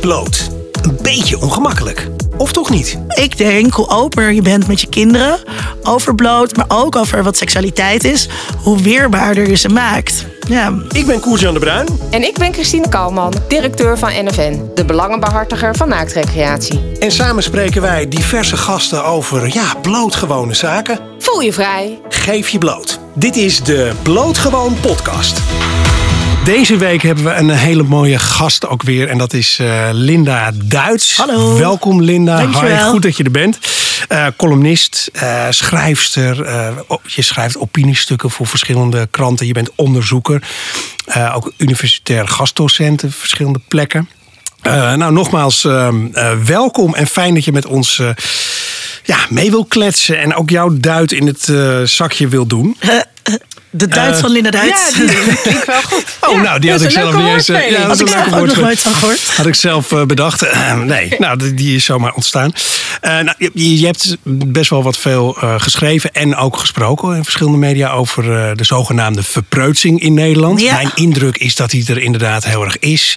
bloot. Een beetje ongemakkelijk. Of toch niet? Ik denk, hoe opener je bent met je kinderen over bloot, maar ook over wat seksualiteit is, hoe weerbaarder je ze maakt. Ja. Ik ben Koert-Jan de Bruin. En ik ben Christine Kouwman, directeur van NFN, de belangenbehartiger van naaktrecreatie. En samen spreken wij diverse gasten over, blootgewone zaken. Voel je vrij. Geef je bloot. Dit is de Blootgewoon podcast. Deze week hebben we een hele mooie gast ook weer. En dat is Linda Duits. Hallo. Welkom Linda. Dankjewel. Hoi, goed dat je er bent. Columnist, schrijfster. Je schrijft opiniestukken voor verschillende kranten. Je bent onderzoeker. Ook universitair gastdocent op verschillende plekken. Nogmaals welkom en fijn dat je met ons mee wil kletsen. En ook jouw duit in het zakje wil doen. De Duits van Linda Duits. Ja, die klinkt wel goed. Die had ik zelf niet eens. Had ik zelf ook nog nooit van gehoord. Had ik zelf bedacht. Die is zomaar ontstaan. Je hebt best wel wat veel geschreven en ook gesproken in verschillende media over de zogenaamde verpreutsing in Nederland. Ja. Mijn indruk is dat die er inderdaad heel erg is.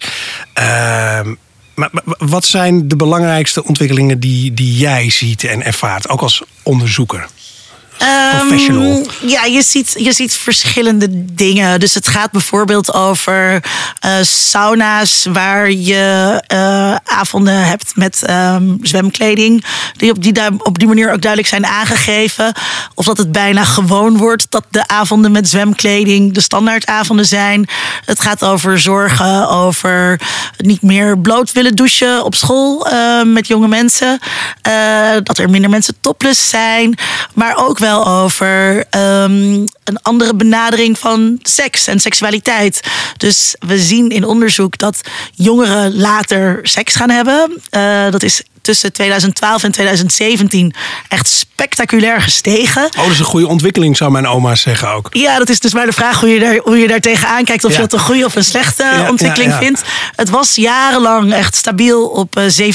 Maar wat zijn de belangrijkste ontwikkelingen die jij ziet en ervaart, ook als onderzoeker? Professional. Je ziet verschillende dingen. Dus het gaat bijvoorbeeld over sauna's waar je avonden hebt met zwemkleding. Die op die manier ook duidelijk zijn aangegeven. Of dat het bijna gewoon wordt dat de avonden met zwemkleding de standaardavonden zijn. Het gaat over zorgen over niet meer bloot willen douchen op school met jonge mensen. Dat er minder mensen topless zijn. Maar ook wel over een andere benadering van seks en seksualiteit. Dus we zien in onderzoek dat jongeren later seks gaan hebben. Dat is tussen 2012 en 2017 echt spectaculair gestegen. Dat is een goede ontwikkeling, zou mijn oma zeggen ook. Ja, dat is dus maar de vraag hoe je daar tegenaan kijkt. Of je dat een goede of een slechte ontwikkeling vindt. Het was jarenlang echt stabiel op 17,0.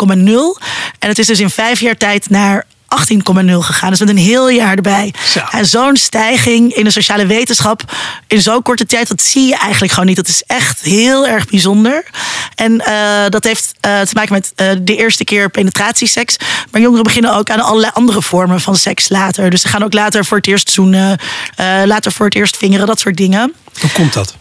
En het is dus in 5 jaar tijd naar 18,0 gegaan. Dus met een heel jaar erbij. Zo. En zo'n stijging in de sociale wetenschap in zo'n korte tijd, dat zie je eigenlijk gewoon niet. Dat is echt heel erg bijzonder. En dat heeft te maken met de eerste keer penetratieseks. Maar jongeren beginnen ook aan allerlei andere vormen van seks later. Dus ze gaan ook later voor het eerst zoenen, later voor het eerst vingeren, dat soort dingen. Hoe komt dat?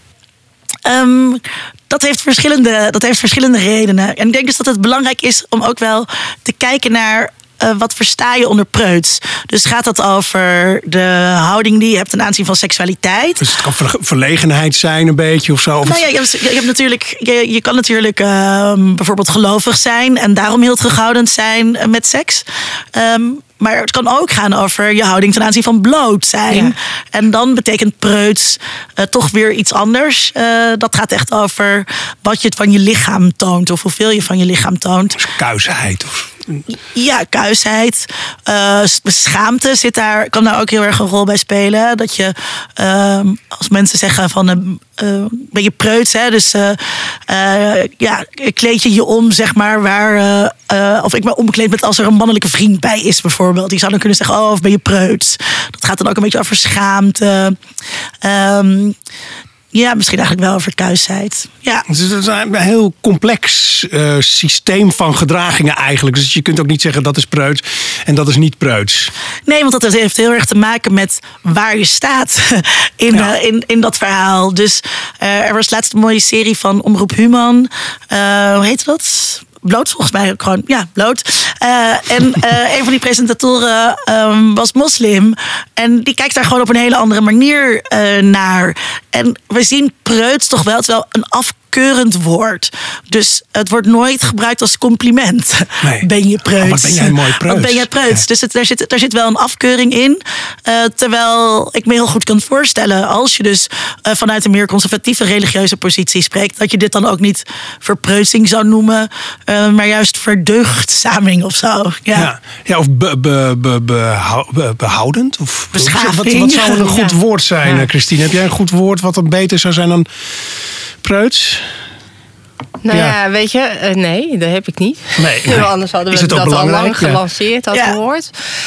Dat heeft verschillende redenen. En ik denk dus dat het belangrijk is om ook wel te kijken naar wat versta je onder preuts? Dus gaat dat over de houding die je hebt ten aanzien van seksualiteit? Dus het kan verlegenheid zijn een beetje of zo? Of Je kan natuurlijk bijvoorbeeld gelovig zijn en daarom heel terughoudend zijn met seks. Maar het kan ook gaan over je houding ten aanzien van bloot zijn. Ja. En dan betekent preuts toch weer iets anders. Dat gaat echt over wat je van je lichaam toont. Of hoeveel je van je lichaam toont. Dus kuisheid of... Ja, kuisheid. Schaamte kan daar ook heel erg een rol bij spelen. Dat je, als mensen zeggen van ben je preuts, hè? Dus kleed je om, zeg maar, waar of ik me omkleed met als er een mannelijke vriend bij is, bijvoorbeeld. Die zou dan kunnen zeggen, of ben je preuts? Dat gaat dan ook een beetje over schaamte. Misschien eigenlijk wel over kuisheid. Ja. Dus het is een heel complex systeem van gedragingen eigenlijk. Dus je kunt ook niet zeggen dat is preuts en dat is niet preuts. Nee, want dat heeft heel erg te maken met waar je staat in dat verhaal. Dus er was laatst een mooie serie van Omroep Human. Hoe heet dat? Bloot, volgens mij ook gewoon. Ja, bloot. En een van die presentatoren was moslim. En die kijkt daar gewoon op een hele andere manier naar. En we zien preuts toch wel, terwijl een afkeurend woord. Dus het wordt nooit gebruikt als compliment. Nee. Ben je preuts? Wat ben jij mooi preuts? Wat ben jij preuts? Ja. Dus daar zit wel een afkeuring in. Terwijl ik me heel goed kan voorstellen, als je dus vanuit een meer conservatieve religieuze positie spreekt, dat je dit dan ook niet verpreutsing zou noemen, maar juist verdeugdzaming of zo. Ja, of behoudend? Of beschaving. Wat zou een goed woord zijn, Christine? Heb jij een goed woord wat dan beter zou zijn dan preuts? Weet je, nee, dat heb ik niet. Nee. Anders hadden we dat al lang gelanceerd, dat woord.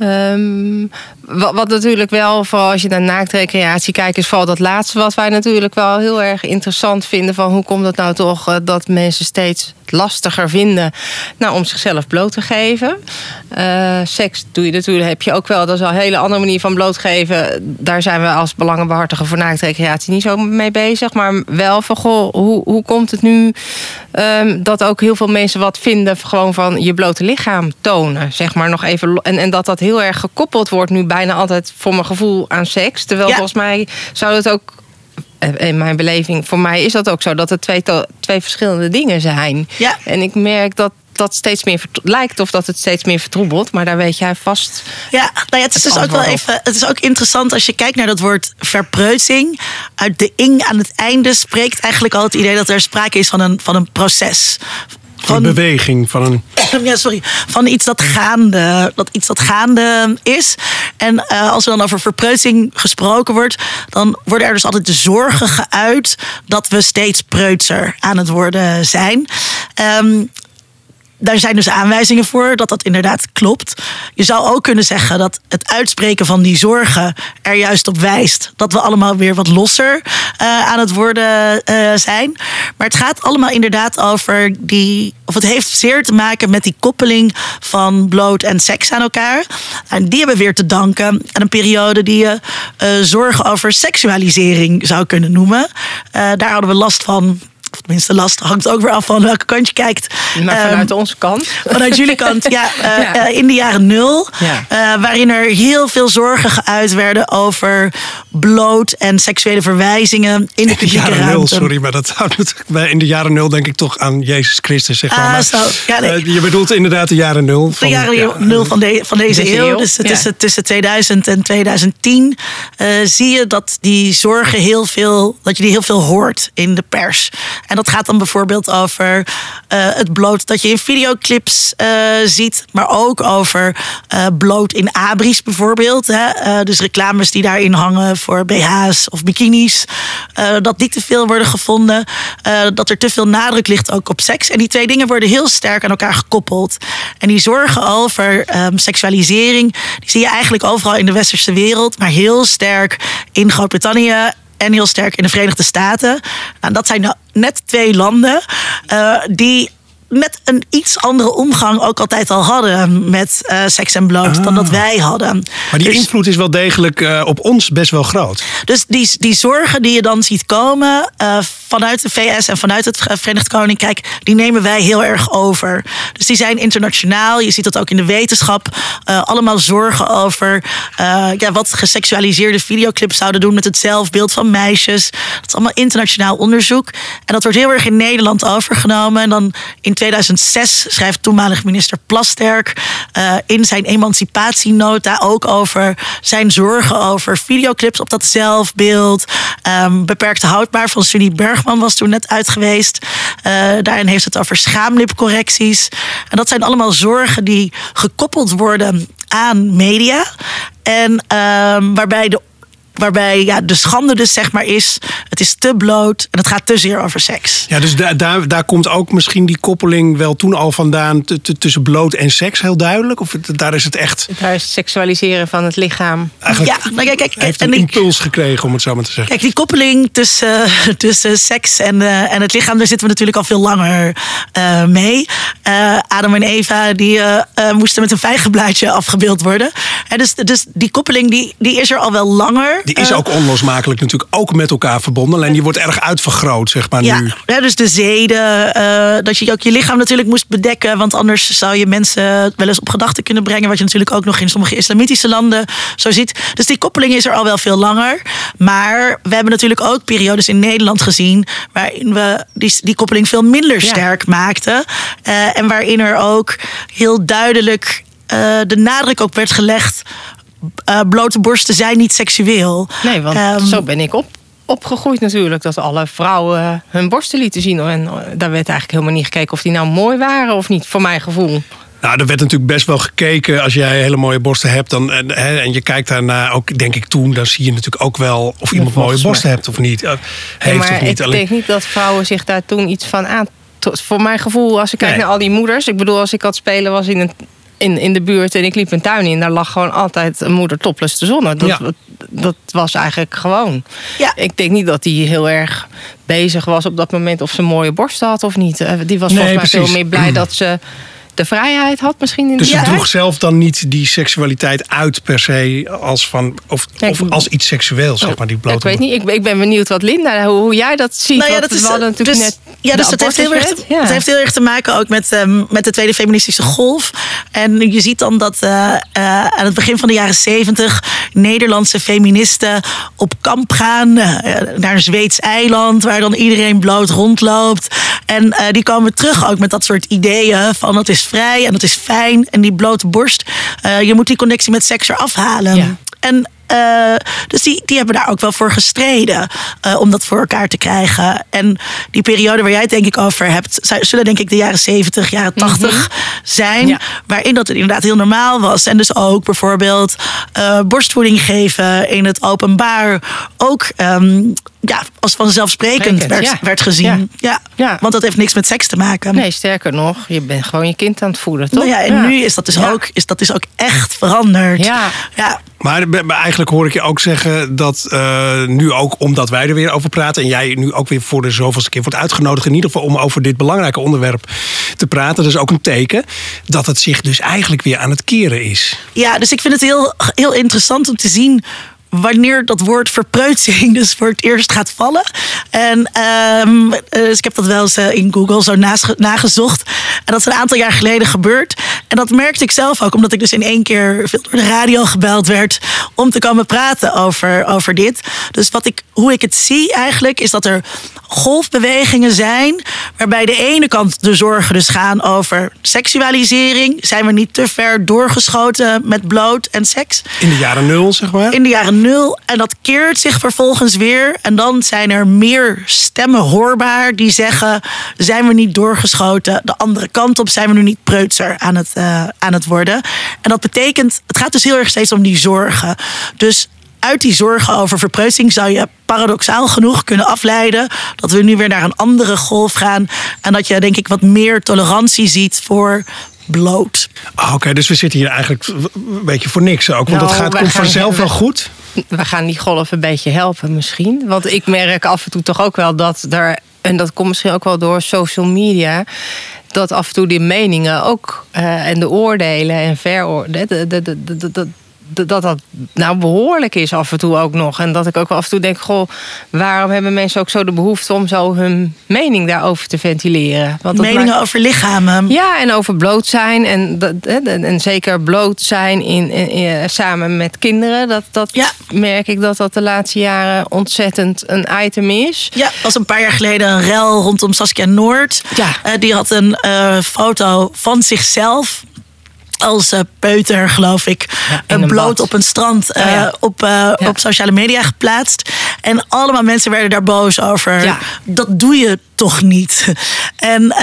Wat natuurlijk wel, vooral als je naar naaktrecreatie kijkt, is vooral dat laatste wat wij natuurlijk wel heel erg interessant vinden. Van hoe komt het nou toch dat mensen steeds lastiger vinden om zichzelf bloot te geven. Seks doe je natuurlijk, heb je ook wel. Dat is al een hele andere manier van blootgeven. Daar zijn we als belangenbehartiger voor naaktrecreatie niet zo mee bezig. Maar wel van, hoe komt het nu dat ook heel veel mensen wat vinden gewoon van je blote lichaam tonen. Zeg maar nog even. En dat heel erg gekoppeld wordt nu bijna altijd voor mijn gevoel aan seks. Terwijl volgens mij zou het ook, in mijn beleving, voor mij is dat ook zo, dat het twee verschillende dingen zijn. Ja. En ik merk dat steeds meer lijkt of dat het steeds meer vertroebelt, maar daar weet jij vast. Ja, het is dus ook wel even. Het is ook interessant als je kijkt naar dat woord verpreutsing. Uit de ing aan het einde spreekt eigenlijk al het idee dat er sprake is van een proces. Van een beweging, van een. Van iets dat gaande is. En als er dan over verpreutsing gesproken wordt, dan worden er dus altijd de zorgen geuit dat we steeds preutser aan het worden zijn. Daar zijn dus aanwijzingen voor dat inderdaad klopt. Je zou ook kunnen zeggen dat het uitspreken van die zorgen er juist op wijst dat we allemaal weer wat losser aan het worden zijn. Maar het gaat allemaal inderdaad over het heeft zeer te maken met die koppeling van bloot en seks aan elkaar. En die hebben weer te danken aan een periode die je zorgen over seksualisering zou kunnen noemen. Daar hadden we last van. Of tenminste, last hangt ook weer af van welke kant je kijkt. Maar vanuit onze kant. Vanuit jullie kant, in de jaren 0. Ja. Waarin er heel veel zorgen geuit werden over bloot en seksuele verwijzingen in de publieke ruimte. 0, sorry, maar dat houdt natuurlijk in de jaren 0 denk ik toch aan Jezus Christus, zeg maar. Je bedoelt inderdaad de jaren 0. De jaren 0 van deze eeuw. Dus tussen 2000 en 2010 zie je dat die zorgen dat je die heel veel hoort in de pers. En dat gaat dan bijvoorbeeld over het bloot dat je in videoclips ziet. Maar ook over bloot in abris bijvoorbeeld. Dus reclames die daarin hangen voor BH's of bikinis. Dat die te veel worden gevonden. Dat er te veel nadruk ligt ook op seks. En die twee dingen worden heel sterk aan elkaar gekoppeld. En die zorgen over seksualisering, die zie je eigenlijk overal in de westerse wereld. Maar heel sterk in Groot-Brittannië. En heel sterk in de Verenigde Staten. Nou, dat zijn nou net twee landen die met een iets andere omgang ook altijd al hadden met seks en bloot dan dat wij hadden. Maar die invloed is wel degelijk op ons best wel groot. Dus die zorgen die je dan ziet komen vanuit de VS en vanuit het Verenigd Koninkrijk, die nemen wij heel erg over. Dus die zijn internationaal. Je ziet dat ook in de wetenschap. Allemaal zorgen over wat geseksualiseerde videoclips zouden doen met het zelfbeeld van meisjes. Dat is allemaal internationaal onderzoek. En dat wordt heel erg in Nederland overgenomen. En dan in 2006 schrijft toenmalig minister Plasterk in zijn emancipatienota ook over zijn zorgen over videoclips op dat zelfbeeld. Beperkte houdbaar van Sunny Bergman was toen net uit geweest. Daarin heeft het over schaamlipcorrecties. En dat zijn allemaal zorgen die gekoppeld worden aan media. En waarbij de schande dus zeg maar is, het is te bloot en het gaat te zeer over seks. Ja, dus daar komt ook misschien die koppeling wel toen al vandaan tussen bloot en seks heel duidelijk? Of daar is het echt? Daar is het seksualiseren van het lichaam. Eigenlijk kijk, heeft een impuls gekregen, om het zo maar te zeggen. Kijk, die koppeling tussen seks en het lichaam, daar zitten we natuurlijk al veel langer mee. Adam en Eva, die moesten met een vijgenblaadje afgebeeld worden. Dus die koppeling die is er al wel langer. Die is ook onlosmakelijk natuurlijk ook met elkaar verbonden. En die wordt erg uitvergroot, zeg maar, nu. Ja, dus de zeden, dat je ook je lichaam natuurlijk moest bedekken. Want anders zou je mensen wel eens op gedachten kunnen brengen. Wat je natuurlijk ook nog in sommige islamitische landen zo ziet. Dus die koppeling is er al wel veel langer. Maar we hebben natuurlijk ook periodes in Nederland gezien waarin we die koppeling veel minder sterk maakten. En waarin er ook heel duidelijk de nadruk op werd gelegd. Blote borsten zijn niet seksueel. Nee, want zo ben ik opgegroeid natuurlijk. Dat alle vrouwen hun borsten lieten zien. En daar werd eigenlijk helemaal niet gekeken of die nou mooi waren of niet, voor mijn gevoel. Nou, er werd natuurlijk best wel gekeken. Als jij hele mooie borsten hebt en je kijkt daarna ook, denk ik toen, dan zie je natuurlijk ook wel of iemand mooie borsten hebt of niet. Maar ik denk niet dat vrouwen zich daar toen iets van aan. Voor mijn gevoel, als ik kijk naar al die moeders. Ik bedoel, als ik aan het spelen was in in de buurt en ik liep een tuin in. Daar lag gewoon altijd een moeder topless te zonnen. Dat was eigenlijk gewoon. Ja. Ik denk niet dat hij heel erg bezig was op dat moment of ze een mooie borst had of niet. Die was volgens mij veel meer blij dat ze de vrijheid had misschien in dus die ze tijd. droeg zelf dan niet die seksualiteit uit per se als van of als iets seksueels, zeg maar, die blote. Ik weet niet. Ik ben benieuwd wat Linda, hoe jij dat ziet. Nou ja, want dat is we hadden natuurlijk net dus dat heeft heel erg te maken ook met de tweede feministische golf. En je ziet dan dat aan het begin van de jaren 70 Nederlandse feministen op kamp gaan naar een Zweeds eiland waar dan iedereen bloot rondloopt. En die komen terug ook met dat soort ideeën van dat is vrij en dat is fijn en die blote borst. Je moet die connectie met seks eraf halen. Ja. En dus die hebben daar ook wel voor gestreden om dat voor elkaar te krijgen. En die periode waar jij het denk ik over hebt, zullen denk ik de jaren 70, jaren 80 zijn. Ja. Waarin dat het inderdaad heel normaal was. En dus ook bijvoorbeeld borstvoeding geven in het openbaar ook als vanzelfsprekend werd gezien. Ja. Want dat heeft niks met seks te maken. Nee, sterker nog, je bent gewoon je kind aan het voeden, toch? Nou ja, en nu is dat dus ook echt veranderd. Ja. Maar eigenlijk hoor ik je ook zeggen dat nu ook omdat wij er weer over praten en jij nu ook weer voor de zoveelste keer wordt uitgenodigd in ieder geval om over dit belangrijke onderwerp te praten. Dat is ook een teken dat het zich dus eigenlijk weer aan het keren is. Ja, dus ik vind het heel, heel interessant om te zien wanneer dat woord verpreutsing dus voor het eerst gaat vallen. En dus ik heb dat wel eens in Google zo nagezocht. En dat is een aantal jaar geleden gebeurd. En dat merkte ik zelf ook, omdat ik dus in één keer veel door de radio gebeld werd om te komen praten over dit. Dus hoe ik het zie eigenlijk, is dat er golfbewegingen zijn waarbij de ene kant de zorgen dus gaan over seksualisering. Zijn we niet te ver doorgeschoten met bloot en seks? In de jaren 0, zeg maar? In de jaren 0. En dat keert zich vervolgens weer. En dan zijn er meer stemmen hoorbaar die zeggen, zijn we niet doorgeschoten de andere kant op? Zijn we nu niet preutser aan het worden? En dat betekent, het gaat dus heel erg steeds om die zorgen. Dus uit die zorgen over verpreutsing zou je paradoxaal genoeg kunnen afleiden dat we nu weer naar een andere golf gaan. En dat je denk ik wat meer tolerantie ziet voor bloot. Oké, dus we zitten hier eigenlijk een beetje voor niks ook. Want dat komt vanzelf wel goed. We gaan die golf een beetje helpen misschien. Want ik merk af en toe toch ook wel dat er, en dat komt misschien ook wel door social media, dat af en toe die meningen ook en de oordelen en veroordelen, dat nou behoorlijk is af en toe ook nog. En dat ik ook af en toe denk, waarom hebben mensen ook zo de behoefte om zo hun mening daarover te ventileren? Want meningen over lichamen. Ja, en over bloot zijn. En zeker bloot zijn samen met kinderen. Dat merk ik dat de laatste jaren ontzettend een item is. Ja, was een paar jaar geleden een rel rondom Saskia Noord. Ja. Die had een foto van zichzelf als peuter, geloof ik, bloot op een strand op sociale media geplaatst. En allemaal mensen werden daar boos over. Ja. Dat doe je toch niet? En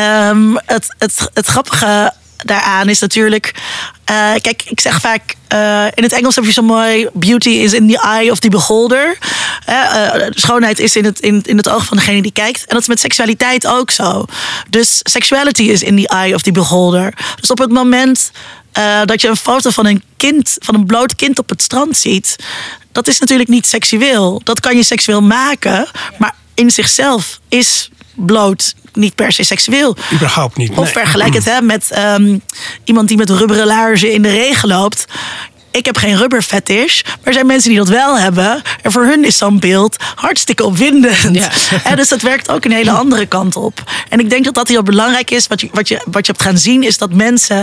het grappige daaraan is natuurlijk, kijk, ik zeg vaak, in het Engels heb je zo mooi, beauty is in the eye of the beholder. Schoonheid is in het oog van degene die kijkt. En dat is met seksualiteit ook zo. Dus sexuality is in the eye of the beholder. Dus op het moment dat je een foto van een bloot kind op het strand ziet, dat is natuurlijk niet seksueel. Dat kan je seksueel maken, maar in zichzelf is bloot niet per se seksueel. Überhaupt niet. Of vergelijk het met iemand die met rubberen laarzen in de regen loopt. Ik heb geen rubberfetish, maar er zijn mensen die dat wel hebben. En voor hun is zo'n beeld hartstikke opwindend. Ja. Dus dat werkt ook een hele andere kant op. En ik denk dat dat heel belangrijk is. Wat je hebt gaan zien is dat mensen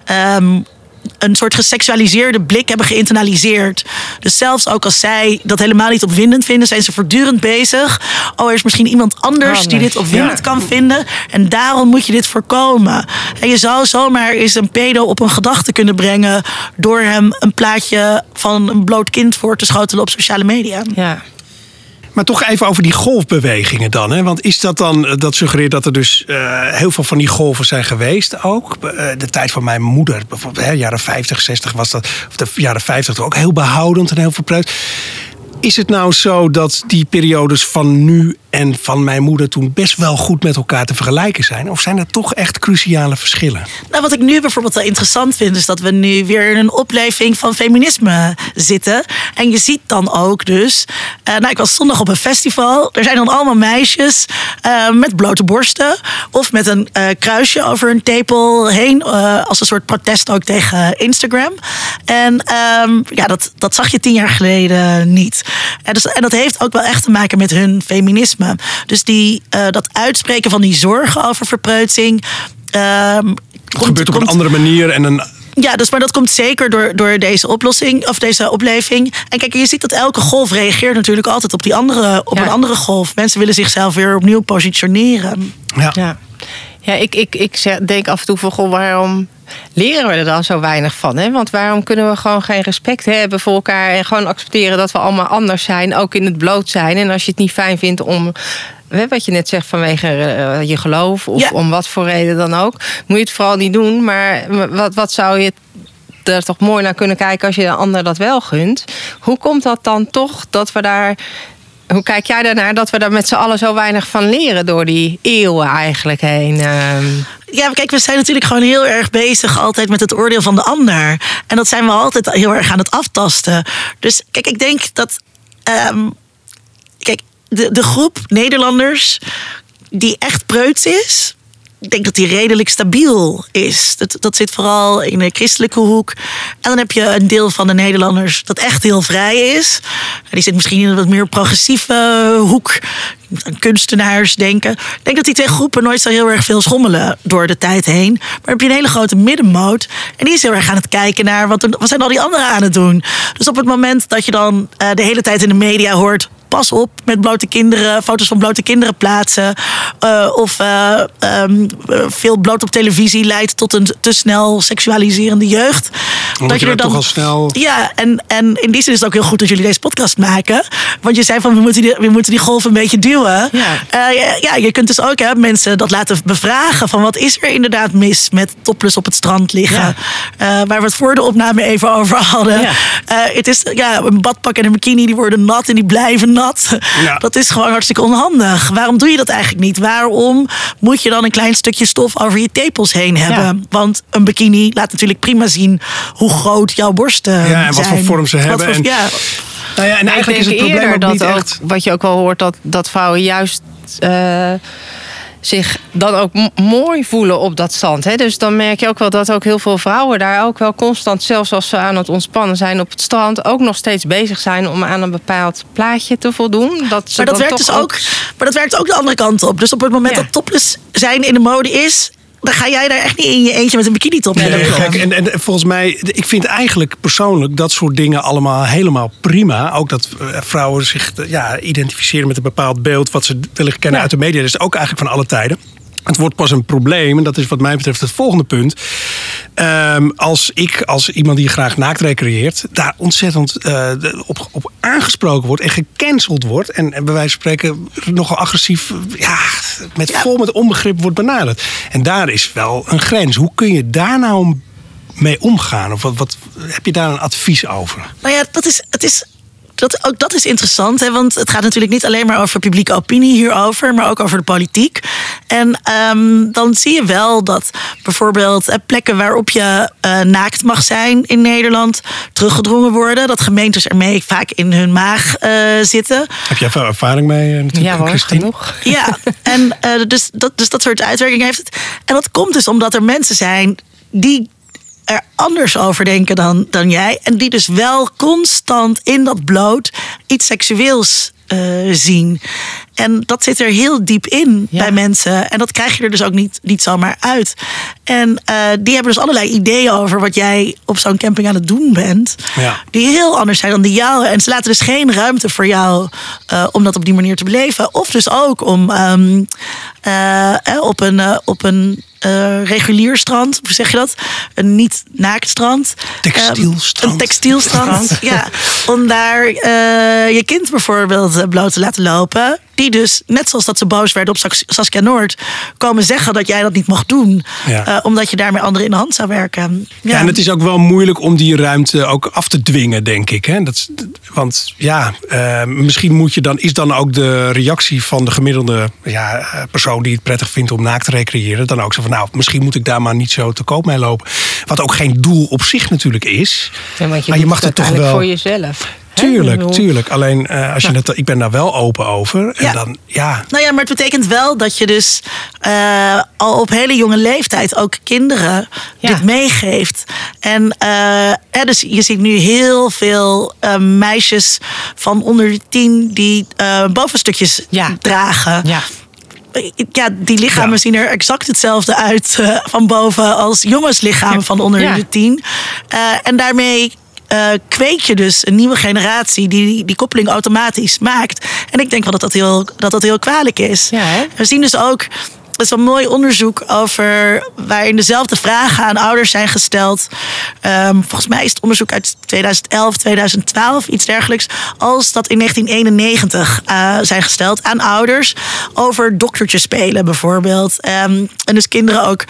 een soort geseksualiseerde blik hebben geïnternaliseerd. Dus zelfs ook als zij dat helemaal niet opwindend vinden, zijn ze voortdurend bezig. Er is misschien iemand anders die dit opwindend kan vinden. En daarom moet je dit voorkomen. En je zou zomaar eens een pedo op een gedachte kunnen brengen door hem een plaatje van een bloot kind voor te schotelen op sociale media. Ja. Maar toch even over die golfbewegingen dan. Hè? Want is dat dan, dat suggereert dat er dus heel veel van die golven zijn geweest ook. De tijd van mijn moeder, bijvoorbeeld, jaren 50, 60 was dat. Of de jaren 50 ook heel behoudend en heel verpreut. Is het nou zo dat die periodes van nu en van mijn moeder toen best wel goed met elkaar te vergelijken zijn? Of zijn er toch echt cruciale verschillen? Nou, wat ik nu bijvoorbeeld wel interessant vind, is dat we nu weer in een opleving van feminisme zitten. En je ziet dan ook dus, ik was zondag op een festival. Er zijn dan allemaal meisjes met blote borsten of met een kruisje over hun tepel heen, als een soort protest ook tegen Instagram. En dat zag je 10 jaar geleden niet. En dat heeft ook wel echt te maken met hun feminisme. Dus dat uitspreken van die zorgen over verpreutsing. Het gebeurt op een andere manier en Ja, maar dat komt zeker door deze oplossing of deze opleving. En kijk, je ziet dat elke golf reageert natuurlijk altijd op een andere golf. Mensen willen zichzelf weer opnieuw positioneren. Ja, ik denk af en toe van, goh, waarom leren we er dan zo weinig van? Hè? Want waarom kunnen we gewoon geen respect hebben voor elkaar en gewoon accepteren dat we allemaal anders zijn, ook in het bloot zijn. En als je het niet fijn vindt om, wat je net zegt, vanwege je geloof of om wat voor reden dan ook, moet je het vooral niet doen. Maar wat zou je er toch mooi naar kunnen kijken als je de ander dat wel gunt? Hoe komt dat dan toch dat we daar... Hoe kijk jij daarnaar dat we daar met z'n allen zo weinig van leren door die eeuwen eigenlijk heen? Ja, kijk, we zijn natuurlijk gewoon heel erg bezig altijd met het oordeel van de ander. En dat zijn we altijd heel erg aan het aftasten. Dus kijk, ik denk dat... de groep Nederlanders die echt preuts is, ik denk dat die redelijk stabiel is. Dat zit vooral in de christelijke hoek. En dan heb je een deel van de Nederlanders dat echt heel vrij is. Die zit misschien in een wat meer progressieve hoek. Aan kunstenaars denken. Ik denk dat die 2 groepen nooit zo heel erg veel schommelen door de tijd heen. Maar dan heb je een hele grote middenmoot. En die is heel erg aan het kijken naar wat zijn al die anderen aan het doen. Dus op het moment dat je dan de hele tijd in de media hoort, pas op met blote kinderen, foto's van blote kinderen plaatsen. Of veel bloot op televisie leidt tot een te snel seksualiserende jeugd. Dat je er dan toch al snel... Ja, en in die zin is het ook heel goed dat jullie deze podcast maken. Want je zei van, we moeten die golf een beetje duwen. Je kunt dus ook mensen dat laten bevragen van wat is er inderdaad mis met topless op het strand liggen. Waar we het voor de opname even over hadden. Het is een badpak en een bikini die worden nat en die blijven nat. Dat is gewoon hartstikke onhandig. Waarom doe je dat eigenlijk niet? Waarom moet je dan een klein stukje stof over je tepels heen hebben? Want een bikini laat natuurlijk prima zien hoe groot jouw borsten zijn. En wat voor vorm ze hebben. En eigenlijk is het probleem ook niet echt... Wat je ook wel hoort, dat vrouwen juist zich dan ook mooi voelen op dat strand. Hè? Dus dan merk je ook wel dat ook heel veel vrouwen daar ook wel constant, zelfs als ze aan het ontspannen zijn op het strand, ook nog steeds bezig zijn om aan een bepaald plaatje te voldoen. Maar dat werkt ook de andere kant op. Dus op het moment dat topless zijn in de mode is, dan ga jij daar echt niet in je eentje met een bikini top mee. Kijk, en volgens mij, ik vind eigenlijk persoonlijk dat soort dingen allemaal helemaal prima. Ook dat vrouwen zich identificeren met een bepaald beeld wat ze wellicht kennen uit de media. Dat is ook eigenlijk van alle tijden. Het wordt pas een probleem, en dat is wat mij betreft het volgende punt. Als iemand die graag naakt recreëert, daar ontzettend op aangesproken wordt en gecanceld wordt. En bij wijze van spreken nogal agressief, vol met onbegrip wordt benaderd. En daar is wel een grens. Hoe kun je daar nou mee omgaan? Of wat heb je daar een advies over? Nou ja, dat is interessant, hè? Want het gaat natuurlijk niet alleen maar over publieke opinie hierover, maar ook over de politiek. En dan zie je wel dat bijvoorbeeld plekken waarop je naakt mag zijn in Nederland teruggedrongen worden. Dat gemeentes ermee vaak in hun maag zitten. Heb jij veel ervaring mee natuurlijk, Christine? Genoeg. Ja, en dus dat soort uitwerking heeft het. En dat komt dus omdat er mensen zijn die er anders over denken dan jij. En die dus wel constant in dat bloot iets seksueels zien. En dat zit er heel diep in bij mensen. En dat krijg je er dus ook niet zomaar uit. En die hebben dus allerlei ideeën over wat jij op zo'n camping aan het doen bent. Ja. Die heel anders zijn dan die jou. En ze laten dus geen ruimte voor jou om dat op die manier te beleven. Of dus ook om op een regulier strand, hoe zeg je dat? Een niet-naakt strand. Textielstrand. Een textielstrand, ja. Om daar je kind bijvoorbeeld bloot te laten lopen. die dus, net zoals dat ze boos werden op Saskia Noord, komen zeggen dat jij dat niet mocht doen. Ja. Omdat je daarmee anderen in de hand zou werken. Ja, en het is ook wel moeilijk om die ruimte ook af te dwingen, denk ik. Hè? Want misschien is dan ook de reactie van de gemiddelde persoon die het prettig vindt om naakt te recreëren, dan ook zo van, misschien moet ik daar maar niet zo te koop mee lopen. Wat ook geen doel op zich natuurlijk is. Ja, want maar je mag het toch wel voor jezelf. Tuurlijk. Alleen ik ben daar wel open over. En dan. Nou ja, maar het betekent wel dat je dus al op hele jonge leeftijd ook kinderen dit meegeeft. En dus je ziet nu heel veel meisjes van onder de 10 die bovenstukjes dragen. Ja. Ja, die lichamen zien er exact hetzelfde uit van boven als jongenslichamen van onder de 10. En daarmee kweek je dus een nieuwe generatie die koppeling automatisch maakt. En ik denk wel dat heel kwalijk is. Ja, we zien dus ook, dat is een mooi onderzoek over waarin dezelfde vragen aan ouders zijn gesteld. Volgens mij is het onderzoek uit 2011, 2012, iets dergelijks, als dat in 1991 zijn gesteld aan ouders over doktertje spelen bijvoorbeeld. En dus kinderen ook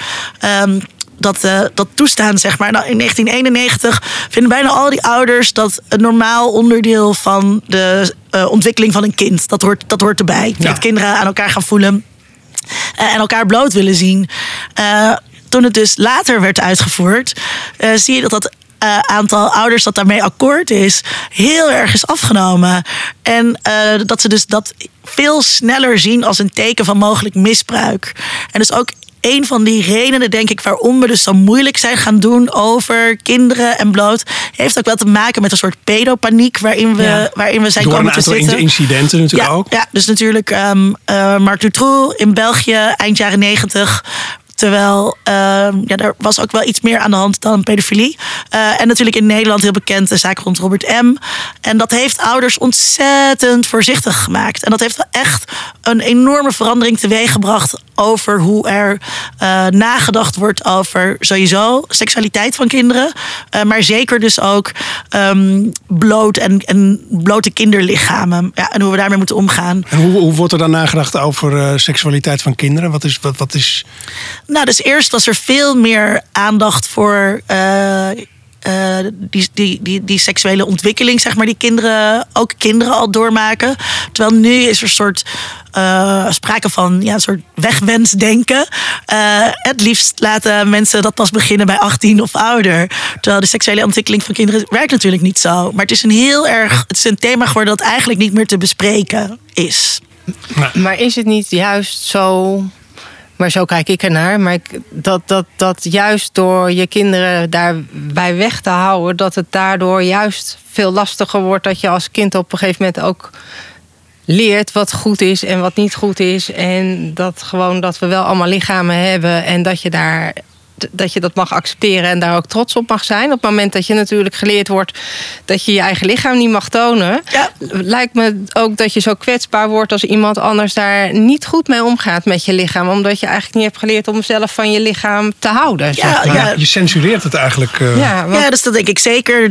dat toestaan, zeg maar. Nou, in 1991 vinden bijna al die ouders dat een normaal onderdeel van de ontwikkeling van een kind. Dat hoort erbij. Dat kinderen aan elkaar gaan voelen en elkaar bloot willen zien. Toen het dus later werd uitgevoerd, zie je dat aantal ouders dat daarmee akkoord is, heel erg is afgenomen. En dat ze dus dat veel sneller zien als een teken van mogelijk misbruik. En dus ook een van die redenen, denk ik, waarom we dus zo moeilijk zijn gaan doen over kinderen en bloot, heeft ook wel te maken met een soort pedopaniek waarin we zijn komen te zitten. Door een incidenten natuurlijk ook. Ja, dus natuurlijk Marc Dutroux in België eind jaren 90. Terwijl er was ook wel iets meer aan de hand dan pedofilie. En natuurlijk in Nederland heel bekend de zaak rond Robert M. En dat heeft ouders ontzettend voorzichtig gemaakt. En dat heeft wel echt een enorme verandering teweeggebracht over hoe er nagedacht wordt over sowieso seksualiteit van kinderen. Maar zeker dus ook bloot en blote kinderlichamen. Ja, en hoe we daarmee moeten omgaan. En hoe wordt er dan nagedacht over seksualiteit van kinderen? Wat is... Nou, dus eerst was er veel meer aandacht voor die seksuele ontwikkeling, zeg maar, die kinderen al doormaken. Terwijl nu is er een soort sprake van een soort wegwensdenken. Het liefst laten mensen dat pas beginnen bij 18 of ouder. Terwijl de seksuele ontwikkeling van kinderen werkt natuurlijk niet zo. Maar het is een thema geworden dat eigenlijk niet meer te bespreken is. Maar is het niet juist zo... Maar zo kijk ik ernaar. Maar dat juist door je kinderen daarbij weg te houden, dat het daardoor juist veel lastiger wordt. Dat je als kind op een gegeven moment ook leert wat goed is en wat niet goed is. En dat we wel allemaal lichamen hebben. En dat je dat mag accepteren en daar ook trots op mag zijn. Op het moment dat je natuurlijk geleerd wordt dat je je eigen lichaam niet mag tonen, lijkt me ook dat je zo kwetsbaar wordt als iemand anders daar niet goed mee omgaat met je lichaam. Omdat je eigenlijk niet hebt geleerd om zelf van je lichaam te houden. Je censureert het eigenlijk. Dus dat denk ik zeker.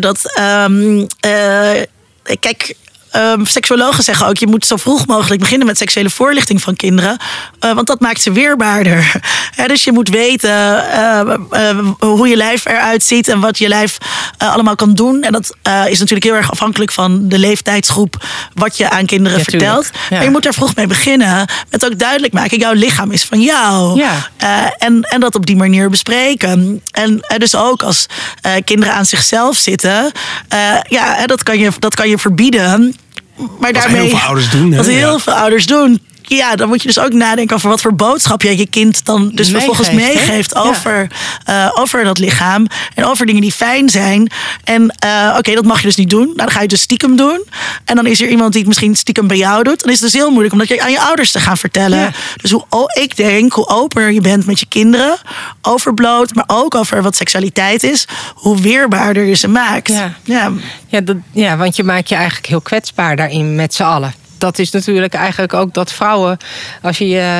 Kijk, seksuologen zeggen ook, je moet zo vroeg mogelijk beginnen met seksuele voorlichting van kinderen. Want dat maakt ze weerbaarder. Dus je moet weten hoe je lijf eruit ziet en wat je lijf allemaal kan doen. En dat is natuurlijk heel erg afhankelijk van de leeftijdsgroep wat je aan kinderen vertelt. Ja. Maar je moet daar vroeg mee beginnen. Met ook duidelijk maken, jouw lichaam is van jou. Ja. En dat op die manier bespreken. En dus ook als kinderen aan zichzelf zitten, dat kan je verbieden. Maar daarmee, heel veel ouders doen. Veel ouders doen. Ja, dan moet je dus ook nadenken over wat voor boodschap je kind dan dus vervolgens meegeeft over dat lichaam. En over dingen die fijn zijn. En dat mag je dus niet doen. Nou, dan ga je het dus stiekem doen. En dan is er iemand die het misschien stiekem bij jou doet. Dan is het dus heel moeilijk om dat aan je ouders te gaan vertellen. Ja. Dus hoe opener je bent met je kinderen over bloot, maar ook over wat seksualiteit is, hoe weerbaarder je ze maakt. Ja, want je maakt je eigenlijk heel kwetsbaar daarin met z'n allen. Dat is natuurlijk eigenlijk ook dat vrouwen, als je je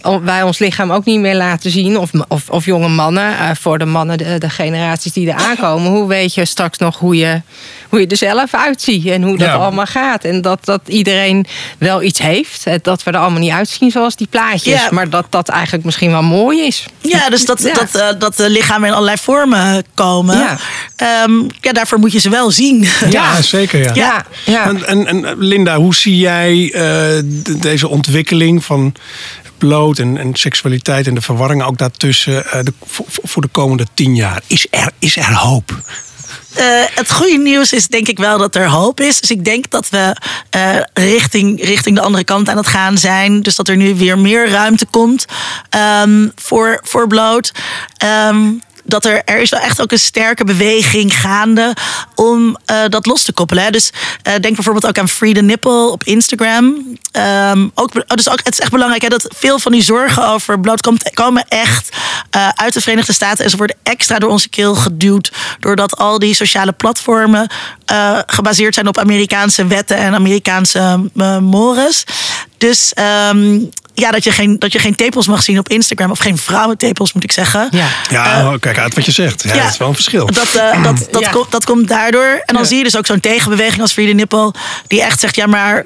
wij ons lichaam ook niet meer laten zien. Of jonge mannen. Voor de mannen, de generaties die er aankomen. Hoe weet je straks nog hoe je er zelf uitziet. En hoe dat allemaal gaat. En dat iedereen wel iets heeft. Dat we er allemaal niet uitzien zoals die plaatjes. Maar dat eigenlijk misschien wel mooi is. Ja, dus dat de lichamen in allerlei vormen komen. Ja. Daarvoor moet je ze wel zien. Ja, zeker. Ja. En Linda, hoe zie jij deze ontwikkeling van bloot en seksualiteit en de verwarringen ook daartussen voor de komende 10 jaar? Is er hoop? Het goede nieuws is denk ik wel dat er hoop is. Dus ik denk dat we richting de andere kant aan het gaan zijn. Dus dat er nu weer meer ruimte komt voor bloot. Dat er is wel echt ook een sterke beweging gaande om dat los te koppelen. Hè. Dus denk bijvoorbeeld ook aan Free the Nipple op Instagram. Het is echt belangrijk dat veel van die zorgen over bloot komen echt uit de Verenigde Staten. En ze worden extra door onze keel geduwd. Doordat al die sociale platformen gebaseerd zijn op Amerikaanse wetten en Amerikaanse mores. Dus dat je geen tepels mag zien op Instagram. Of geen vrouwentepels, moet ik zeggen. Kijk uit wat je zegt. Ja, dat is wel een verschil. Dat komt daardoor. En dan zie je dus ook zo'n tegenbeweging als Free the Nipple. Die echt zegt,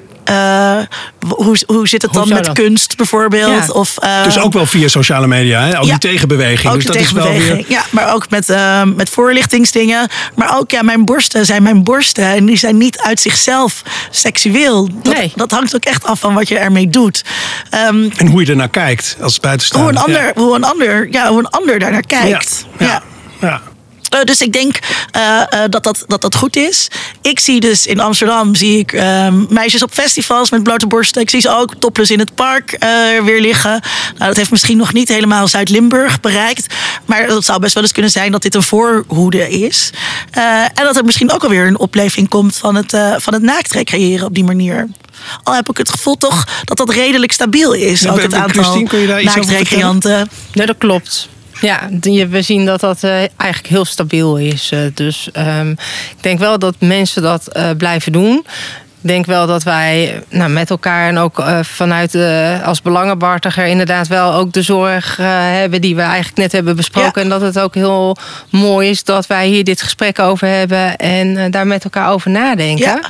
hoe zit het dan met kunst bijvoorbeeld? Ja. Dus ook wel via sociale media, hè? Ook die tegenbeweging. Ook dus dat tegenbeweging. Is wel weer... Ja, maar ook met voorlichtingsdingen. Maar ook mijn borsten zijn mijn borsten. En die zijn niet uit zichzelf seksueel. Dat hangt ook echt af van wat je ermee doet. En hoe je ernaar kijkt als buitenstaander. Hoe een ander daarnaar kijkt. Ja. Dus ik denk dat goed is. Ik zie dus in Amsterdam meisjes op festivals met blote borsten. Ik zie ze ook topless in het park weer liggen. Nou, dat heeft misschien nog niet helemaal Zuid-Limburg bereikt. Maar het zou best wel eens kunnen zijn dat dit een voorhoede is. En dat er misschien ook alweer een opleving komt van het naakt recreëren op die manier. Al heb ik het gevoel toch dat redelijk stabiel is. Ook het aantal naaktrecreanten. Nee, dat klopt. Ja, we zien dat eigenlijk heel stabiel is. Dus ik denk wel dat mensen dat blijven doen. Ik denk wel dat wij met elkaar en ook vanuit als belangenbehartiger inderdaad wel ook de zorg hebben die we eigenlijk net hebben besproken. Ja. En dat het ook heel mooi is dat wij hier dit gesprek over hebben en daar met elkaar over nadenken. Ja.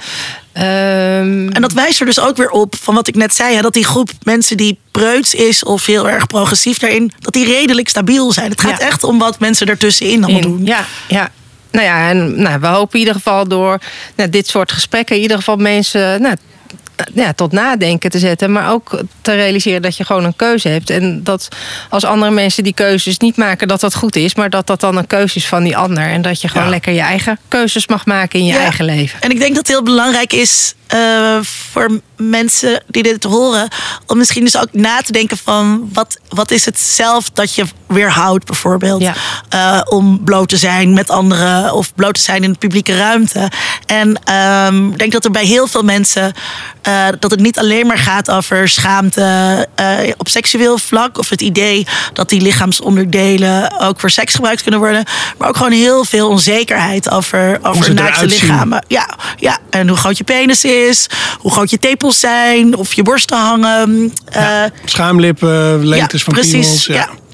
En dat wijst er dus ook weer op van wat ik net zei. Dat die groep mensen die preuts is of heel erg progressief daarin, dat die redelijk stabiel zijn. Het gaat echt om wat mensen ertussenin allemaal doen. Ja. We hopen in ieder geval door dit soort gesprekken in ieder geval mensen tot nadenken te zetten. Maar ook te realiseren dat je gewoon een keuze hebt. En dat als andere mensen die keuzes niet maken, dat goed is. Maar dat dan een keuze is van die ander. En dat je gewoon lekker je eigen keuzes mag maken in je eigen leven. En ik denk dat het heel belangrijk is voor mensen die dit horen, om misschien dus ook na te denken van wat is het zelf dat je weerhoudt bijvoorbeeld. Om bloot te zijn met anderen of bloot te zijn in de publieke ruimte. En ik denk dat er bij heel veel mensen dat het niet alleen maar gaat over schaamte op seksueel vlak of het idee dat die lichaamsonderdelen ook voor seks gebruikt kunnen worden, maar ook gewoon heel veel onzekerheid over naakte lichamen. Ja, en hoe groot je penis is, hoe groot je tepels zijn, of je borsten hangen. Schaamlippen, lengtes van piemels.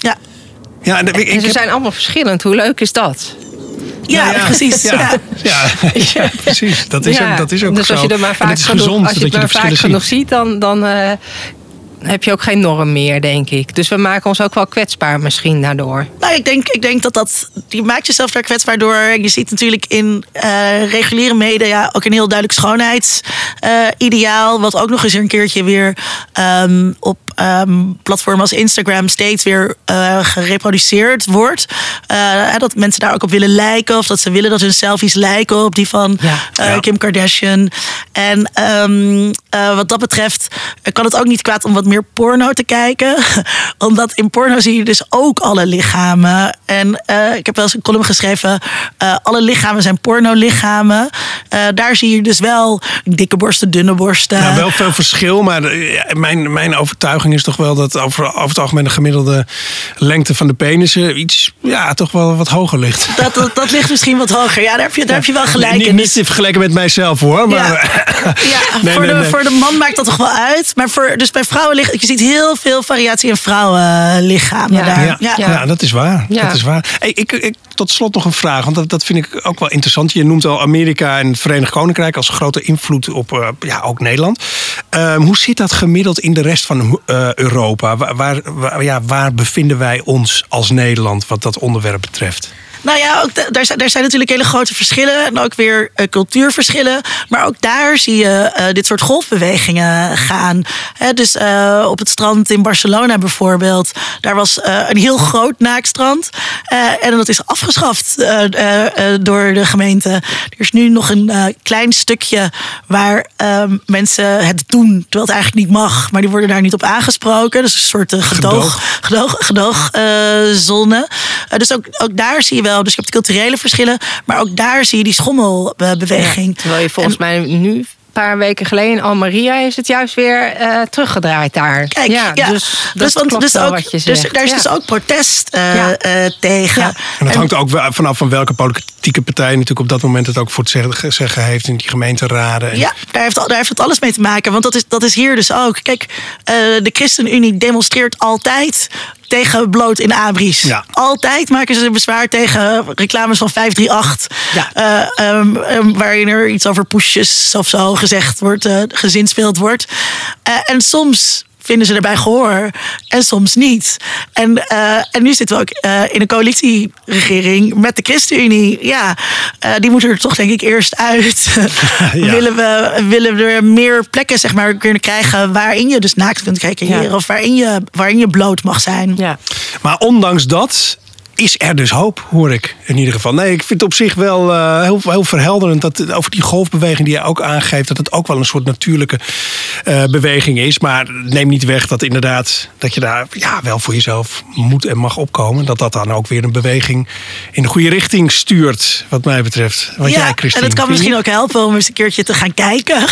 En ze zijn allemaal verschillend. Hoe leuk is dat? Ja, precies. Ja, precies. Dat is ook dus zo. Als je er maar vaak genoeg ziet, dan heb je ook geen norm meer, denk ik. Dus we maken ons ook wel kwetsbaar misschien daardoor. Nou, ik denk dat je maakt jezelf daar kwetsbaar door. Je ziet natuurlijk in reguliere media ook een heel duidelijk schoonheidsideaal. Wat ook nog eens een keertje weer op platformen als Instagram steeds weer gereproduceerd wordt. Dat mensen daar ook op willen lijken. Of dat ze willen dat hun selfies lijken op die van Kim Kardashian. En wat dat betreft kan het ook niet kwaad om wat meer porno te kijken. Omdat in porno zie je dus ook alle lichamen. En ik heb wel eens een column geschreven. Alle lichamen zijn pornolichamen. Daar zie je dus wel dikke borsten, dunne borsten. Nou, wel veel verschil. Maar mijn overtuiging beweging is toch wel dat over het algemeen de gemiddelde lengte van de penissen iets, toch wel wat hoger ligt. Dat ligt misschien wat hoger. Ja, daar heb je wel gelijk in. Niet te vergelijken met mijzelf hoor. Maar voor de man maakt dat toch wel uit. Maar dus bij vrouwen je ziet heel veel variatie in vrouwenlichamen daar. Ja, dat is waar. Ja. Dat is waar. Hey, ik tot slot nog een vraag, want dat vind ik ook wel interessant. Je noemt al Amerika en het Verenigd Koninkrijk als grote invloed op ook Nederland. Hoe zit dat gemiddeld in de rest van Europa? Waar bevinden wij ons als Nederland wat dat onderwerp betreft? Nou ja, ook daar zijn natuurlijk hele grote verschillen. En ook weer cultuurverschillen. Maar ook daar zie je dit soort golfbewegingen gaan. Dus op het strand in Barcelona bijvoorbeeld. Daar was een heel groot naaktstrand. En dat is afgeschaft door de gemeente. Er is nu nog een klein stukje waar mensen het doen. Terwijl het eigenlijk niet mag. Maar die worden daar niet op aangesproken. Dus een soort gedooggzone. Dus ook daar zie je wel. Dus je hebt culturele verschillen, maar ook daar zie je die schommelbeweging. Ja, terwijl je volgens mij nu, een paar weken geleden in Almeria, is het juist weer teruggedraaid daar. Kijk, dus wat je zegt. Dus daar is dus ook protest tegen. Ja. En dat hangt ook vanaf van welke politieke partij natuurlijk op dat moment het ook voor het zeggen heeft in die gemeenteraden. Ja, daar heeft het alles mee te maken. Want dat is hier dus ook. Kijk, de ChristenUnie demonstreert altijd tegen bloot in abris. Ja. Altijd maken ze bezwaar tegen reclames van 538. Ja. Waarin er iets over poesjes of zo gezegd wordt, gezinspeeld wordt. En soms vinden ze erbij gehoor en soms niet. En nu zitten we ook in een coalitieregering met de ChristenUnie. Ja, die moeten er toch denk ik eerst uit. Ja. Willen we er meer plekken zeg maar kunnen krijgen waarin je dus naakt kunt kijken of waarin je bloot mag zijn. Ja. Maar ondanks dat is er dus hoop, hoor ik in ieder geval. Nee, ik vind het op zich wel heel verhelderend dat over die golfbeweging die je ook aangeeft, dat het ook wel een soort natuurlijke beweging is. Maar neem niet weg dat inderdaad dat je daar wel voor jezelf moet en mag opkomen. Dat dan ook weer een beweging in de goede richting stuurt, wat mij betreft. Wat jij, Christine? En het kan misschien ook helpen om eens een keertje te gaan kijken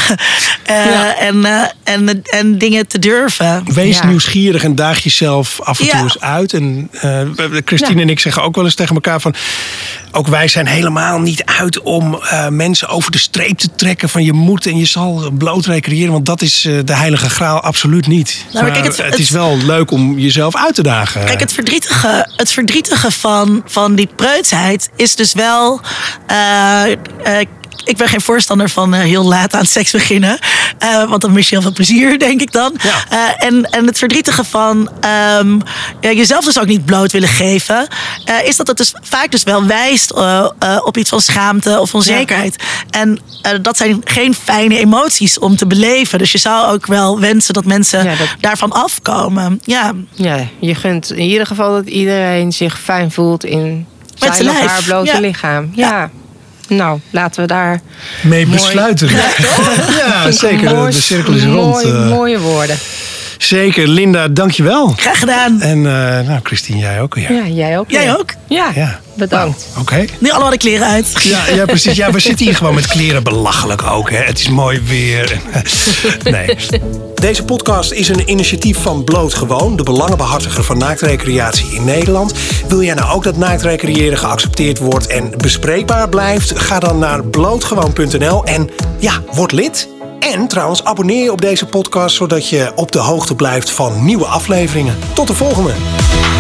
en dingen te durven. Wees nieuwsgierig en daag jezelf af en toe eens uit. En Christine en ik zeggen ook wel eens tegen elkaar van, ook wij zijn helemaal niet uit om mensen over de streep te trekken van je moet en je zal bloot recreëren, want dat is de heilige graal absoluut niet. Nou, maar kijk, het is wel leuk om jezelf uit te dagen. Kijk, het verdrietige van die preutsheid is dus wel ik ben geen voorstander van heel laat aan seks beginnen. Want dan mis je heel veel plezier, denk ik dan. Ja. En het verdrietige van jezelf dus ook niet bloot willen geven, is dat het dus vaak dus wel wijst op iets van schaamte of onzekerheid. Ja. En dat zijn geen fijne emoties om te beleven. Dus je zou ook wel wensen dat mensen daarvan afkomen. Ja, je gunt in ieder geval dat iedereen zich fijn voelt in zijn of haar blote lichaam. Ja. Nou, laten we daar mee besluiten. Ja, zeker. De cirkel is rond. Mooie woorden. Zeker. Linda, dankjewel. Graag gedaan. En Christine, jij ook. Ja, jij ook. Jij ook. Ja. Bedankt. Nou, Oké. Nu allemaal de kleren uit. Ja, precies. Ja, we zitten hier gewoon met kleren. Belachelijk ook. Hè. Het is mooi weer. Nee. Deze podcast is een initiatief van Bloot Gewoon, de belangenbehartiger van naaktrecreatie in Nederland. Wil jij nou ook dat naaktrecreëren geaccepteerd wordt en bespreekbaar blijft? Ga dan naar blootgewoon.nl en word lid. En trouwens, abonneer je op deze podcast zodat je op de hoogte blijft van nieuwe afleveringen. Tot de volgende.